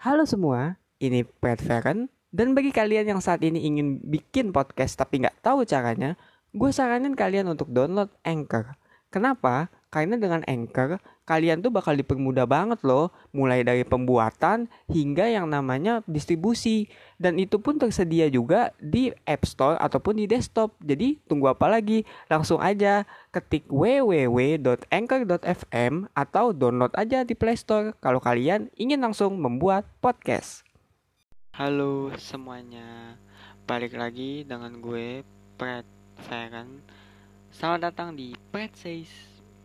Halo semua, ini Pat Feren. Dan bagi kalian yang saat ini ingin bikin podcast tapi nggak tahu caranya, gue saranin kalian untuk download Anchor. Kenapa? Karena dengan Anchor, kalian tuh bakal dipermudah banget loh, mulai dari pembuatan hingga yang namanya distribusi. Dan itu pun tersedia juga di App Store ataupun di desktop. Jadi tunggu apa lagi? Langsung aja ketik www.anchor.fm atau download aja di Play Store kalau kalian ingin langsung membuat podcast. Halo semuanya, balik lagi dengan gue, Pret Feren. Selamat datang di Pret Says.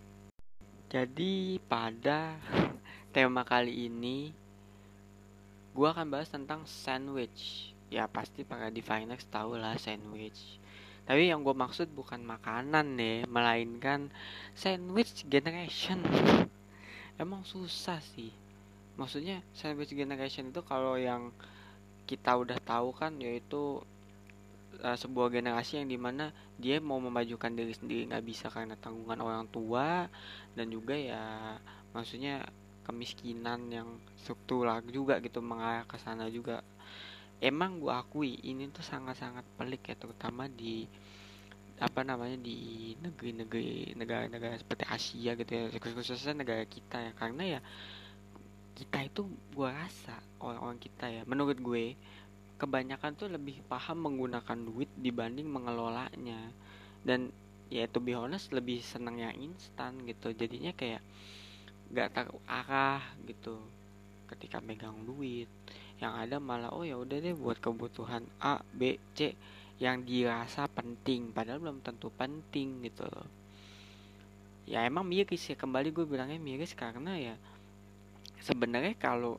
Jadi pada tema kali ini, gue akan bahas tentang sandwich. Ya pasti para Divinex tahu lah sandwich. Tapi yang gue maksud bukan makanan deh, melainkan sandwich generation. Emang susah sih. Maksudnya sandwich generation itu kalau yang kita udah tahu kan, yaitu sebuah generasi yang dimana dia mau memajukan diri sendiri nggak bisa karena tanggungan orang tua, dan juga ya maksudnya kemiskinan yang struktural juga gitu mengarah ke sana juga. Emang gue akui ini tuh sangat-sangat pelik ya, terutama di apa namanya di negeri-negeri negara-negara seperti Asia gitu ya, khususnya negara kita ya, karena ya kita itu gue rasa orang-orang kita ya, menurut gue kebanyakan tuh lebih paham menggunakan duit dibanding mengelolanya. Dan ya to be honest lebih seneng yang instan gitu, jadinya kayak gak terarah gitu ketika megang duit. Yang ada malah oh ya udah deh buat kebutuhan A B C yang dirasa penting padahal belum tentu penting gitu loh. Ya emang miris ya, kembali gue bilangnya miris karena ya sebenarnya kalau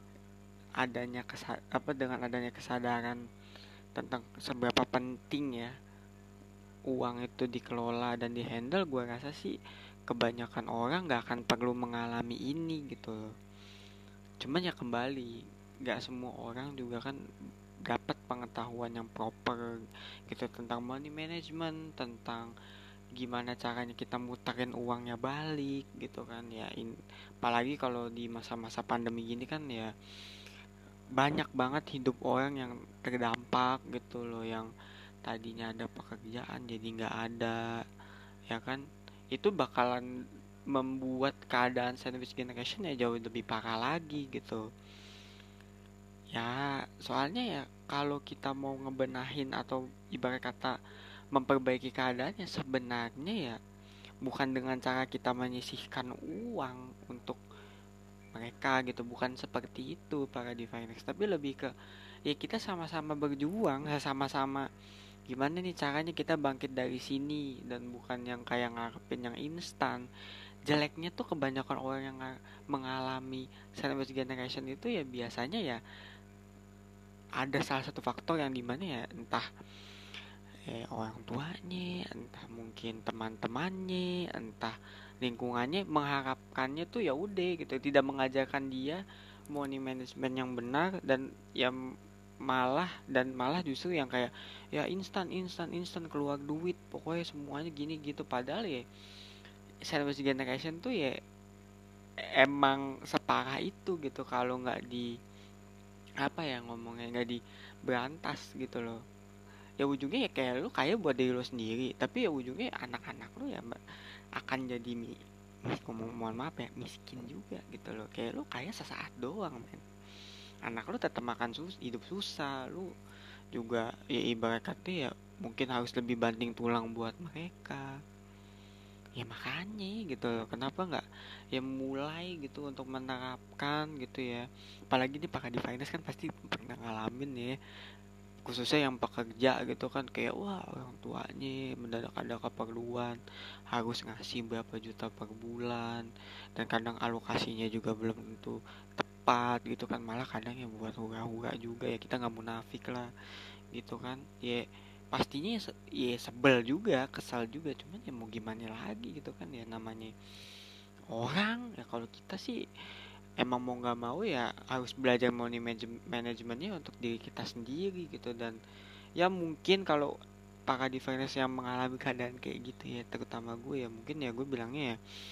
dengan adanya kesadaran tentang seberapa penting ya uang itu dikelola dan dihandle, gue rasa sih kebanyakan orang nggak akan perlu mengalami ini gitu loh. Cuman ya kembali, nggak semua orang juga kan dapat pengetahuan yang proper gitu tentang money management, tentang gimana caranya kita muterin uangnya balik gitu kan ya. Apalagi kalau di masa-masa pandemi gini kan ya banyak banget hidup orang yang terdampak gitu loh, yang tadinya ada pekerjaan jadi nggak ada, ya kan. Itu bakalan membuat keadaan sandwich generation ya jauh lebih parah lagi gitu ya. Soalnya ya kalau kita mau ngebenahin atau ibarat kata memperbaiki keadaannya, sebenarnya ya bukan dengan cara kita menyisihkan uang untuk mereka gitu, bukan seperti itu para Divinex, tapi lebih ke ya kita sama-sama berjuang, sama-sama gimana nih caranya kita bangkit dari sini, dan bukan yang kayak ngarepin yang instan. Jeleknya tuh kebanyakan orang yang mengalami sandwich generation itu ya biasanya ya ada salah satu faktor yang dimana ya entah orang tuanya, entah mungkin teman-temannya, entah lingkungannya mengharapkannya tuh ya udah gitu, tidak mengajarkan dia money management yang benar, dan ya malah justru yang kayak ya instan instan instan keluar duit pokoknya semuanya gini gitu. Padahal ya sandwich generation tuh ya emang separah itu gitu kalau nggak di apa ya ngomongnya, nggak di berantas gitu loh. Ya ujungnya ya kayak lu kaya buat diri lu sendiri, tapi ya ujungnya anak-anak lu ya akan jadi mohon maaf ya miskin juga gitu loh. Kayak lu kaya sesaat doang men, anak lu tetap makan hidup susah, lu juga ya ibarat kata ya mungkin harus lebih banting tulang buat mereka. Ya makanya gitu loh, kenapa nggak ya mulai gitu untuk menerapkan gitu ya. Apalagi nih pakai di finance kan pasti pernah ngalamin ya, khususnya yang pekerja gitu kan, kayak wah orang tuanya mendadak ada keperluan harus ngasih berapa juta per bulan, dan kadang alokasinya juga belum tentu tepat gitu kan, malah kadang ya buat hura-hura juga ya, kita nggak munafik lah gitu kan ya. Pastinya ya sebel juga, kesal juga, cuman ya mau gimana lagi gitu kan ya, namanya orang ya. Kalau kita sih emang mau nggak mau ya harus belajar money manajemennya untuk diri kita sendiri gitu. Dan ya mungkin kalau para difference yang mengalami keadaan kayak gitu ya, terutama gue ya, mungkin ya gue bilangnya ya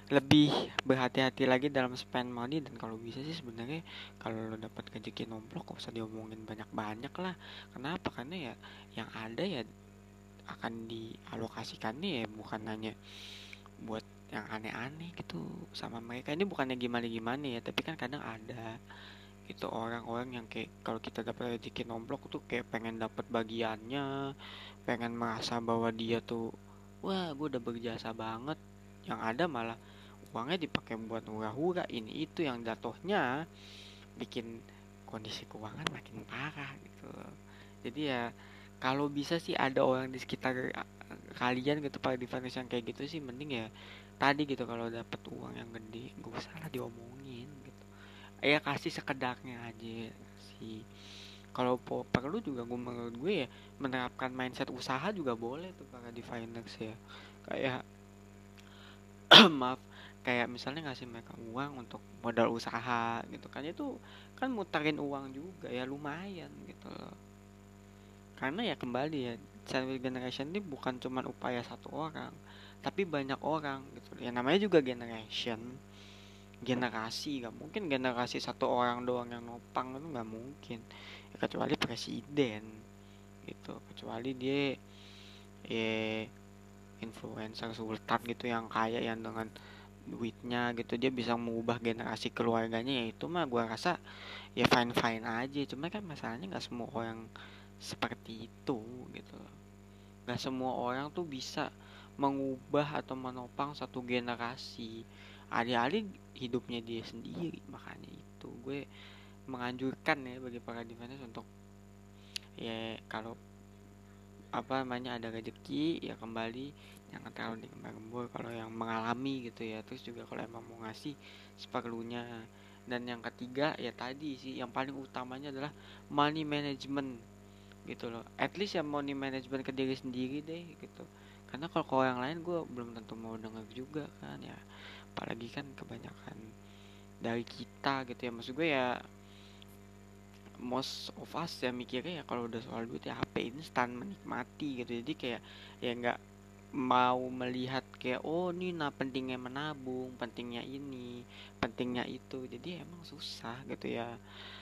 lebih berhati-hati lagi dalam spend money. Dan kalau bisa sih sebenarnya kalau lo dapat rezeki nomplok gak usah diomongin banyak-banyak lah. Kenapa? Karena ya yang ada ya akan dialokasikannya ya bukan hanya buat yang aneh-aneh gitu sama mereka. Ini bukannya gimana-gimana ya, tapi kan kadang ada gitu orang-orang yang kayak kalau kita dapat rezeki nomplok tuh kayak pengen dapat bagiannya, pengen merasa bahwa dia tuh wah gue udah berjasa banget. Yang ada malah uangnya dipakai buat hura-hura ini itu yang jatuhnya bikin kondisi keuangan makin parah gitu. Jadi ya kalau bisa sih ada orang di sekitar kalian gitu para defense yang kayak gitu sih mending ya tadi gitu kalau dapat uang yang gede gak usah lah diomongin gitu. Ya kasih sekedarnya aja sih. Kalau perlu juga gue menurut gue ya menerapkan mindset usaha juga boleh tuh para defenders ya. Kayak maaf kayak misalnya ngasih mereka uang untuk modal usaha gitu kan itu kan muterin uang juga ya lumayan gitu loh. Karena ya kembali ya sandwich generation ini bukan cuma upaya satu orang tapi banyak orang gitu ya namanya juga generasi gak mungkin generasi satu orang doang yang nopang itu nggak mungkin ya, kecuali presiden gitu kecuali dia ya influencer sultan gitu yang kaya yang dengan duitnya gitu dia bisa mengubah generasi keluarganya ya itu mah gua rasa ya fine fine aja cuma kan masalahnya nggak semua orang seperti itu gitu nggak semua orang tuh bisa mengubah atau menopang satu generasi alih-alih hidupnya dia sendiri makanya itu gue menganjurkan ya bagi para defenders untuk ya kalau apa namanya ada rezeki ya kembali jangan terlalu digembar-gembor kalau yang mengalami gitu ya terus juga kalau emang mau ngasih seperlunya dan yang ketiga ya tadi sih yang paling utamanya adalah money management gitu loh at least ya money management ke diri sendiri deh gitu karena kalau ke orang lain gue belum tentu mau denger juga kan ya apalagi kan kebanyakan dari kita gitu ya maksud gue ya most of us ya mikirnya ya kalau udah soal duit ya HP instan menikmati gitu jadi kayak ya nggak mau melihat kayak oh ini nah pentingnya menabung pentingnya ini pentingnya itu jadi emang susah gitu ya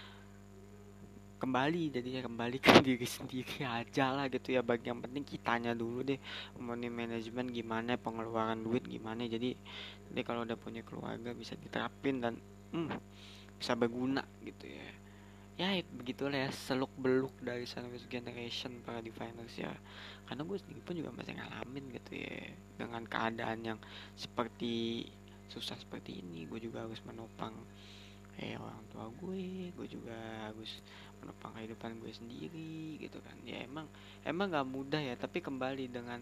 kembali jadi ya kembali ke diri sendiri aja lah gitu ya bagi yang penting kitanya dulu deh money management gimana pengeluaran duit gimana jadi kalau udah punya keluarga bisa diterapin dan bisa berguna gitu ya ya begitulah ya seluk beluk dari sandwich generation para diviners ya karena gue sendiri pun juga masih ngalamin gitu ya dengan keadaan yang seperti susah seperti ini gue juga harus menopang orang tua gue juga harus menopang kehidupan gue sendiri gitu kan ya emang nggak mudah ya tapi kembali dengan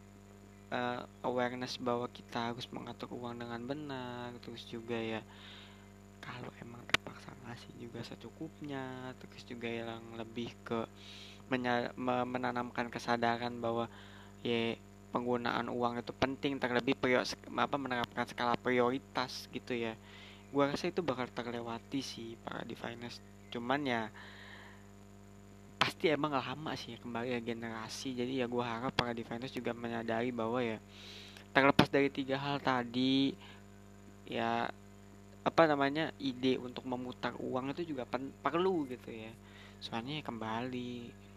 awareness bahwa kita harus mengatur uang dengan benar terus juga ya kalau emang terpaksa ngasih juga secukupnya terus juga yang lebih ke menanamkan kesadaran bahwa ya penggunaan uang itu penting terlebih menerapkan skala prioritas gitu ya gua rasa itu bakal terlewati sih para diviners cuman ya pasti emang lama sih ya kembali ya generasi jadi ya gua harap para diviners juga menyadari bahwa ya terlepas dari tiga hal tadi ya apa namanya ide untuk memutar uang itu juga perlu gitu ya soalnya ya kembali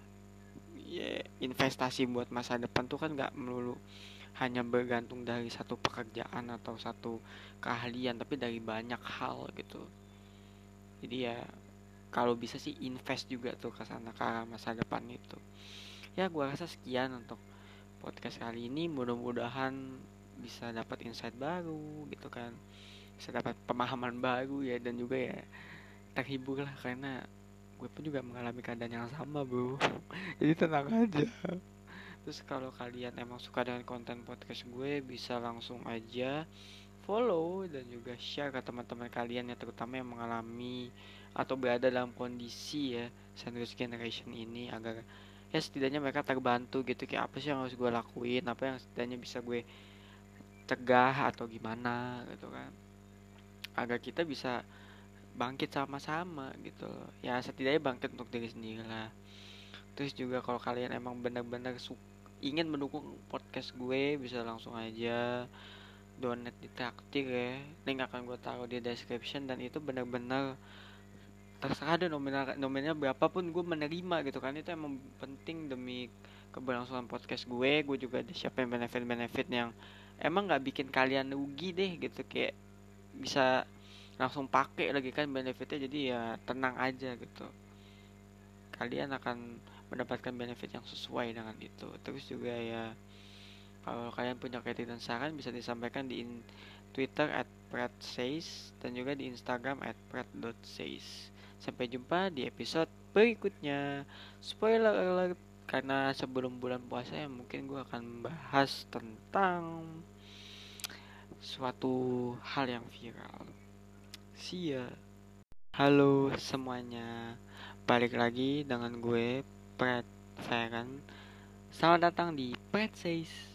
ya investasi buat masa depan tuh kan nggak melulu hanya bergantung dari satu pekerjaan atau satu keahlian tapi dari banyak hal gitu jadi ya kalau bisa sih invest juga tuh ke sana ke arah masa depan itu ya gua rasa sekian untuk podcast kali ini mudah-mudahan bisa dapat insight baru gitu kan bisa dapat pemahaman baru ya dan juga ya terhibur lah karena gue pun juga mengalami keadaan yang sama bro jadi tenang aja terus kalau kalian emang suka dengan konten podcast gue bisa langsung aja follow dan juga share ke teman-teman kalian yang terutama yang mengalami atau berada dalam kondisi ya sandwich generation ini agar ya setidaknya mereka terbantu gitu kayak apa sih yang harus gue lakuin apa yang setidaknya bisa gue cegah atau gimana gitu kan agar kita bisa bangkit sama-sama gitu ya setidaknya bangkit untuk diri sendiri lah terus juga kalau kalian emang benar-benar ingin mendukung podcast gue bisa langsung aja donat di traktir ya, link akan gue taruh di description. Dan itu benar-benar terserah deh nominalnya berapapun gue menerima gitu kan. Itu emang penting demi keberlangsungan podcast gue juga ada siapin benefit-benefit yang emang nggak bikin kalian rugi deh gitu, kayak bisa langsung pakai lagi kan benefitnya. Jadi ya tenang aja gitu, kalian akan mendapatkan benefit yang sesuai dengan itu. Terus juga ya, kalau kalian punya kritik dan saran bisa disampaikan di Twitter @pratsays dan juga di Instagram @prat.says. Sampai jumpa di episode berikutnya. Spoiler alert, karena sebelum bulan puasa ya mungkin gue akan bahas tentang suatu hal yang viral. See ya. Halo semuanya, balik lagi dengan gue Prat Feren. Selamat datang di Prat Says.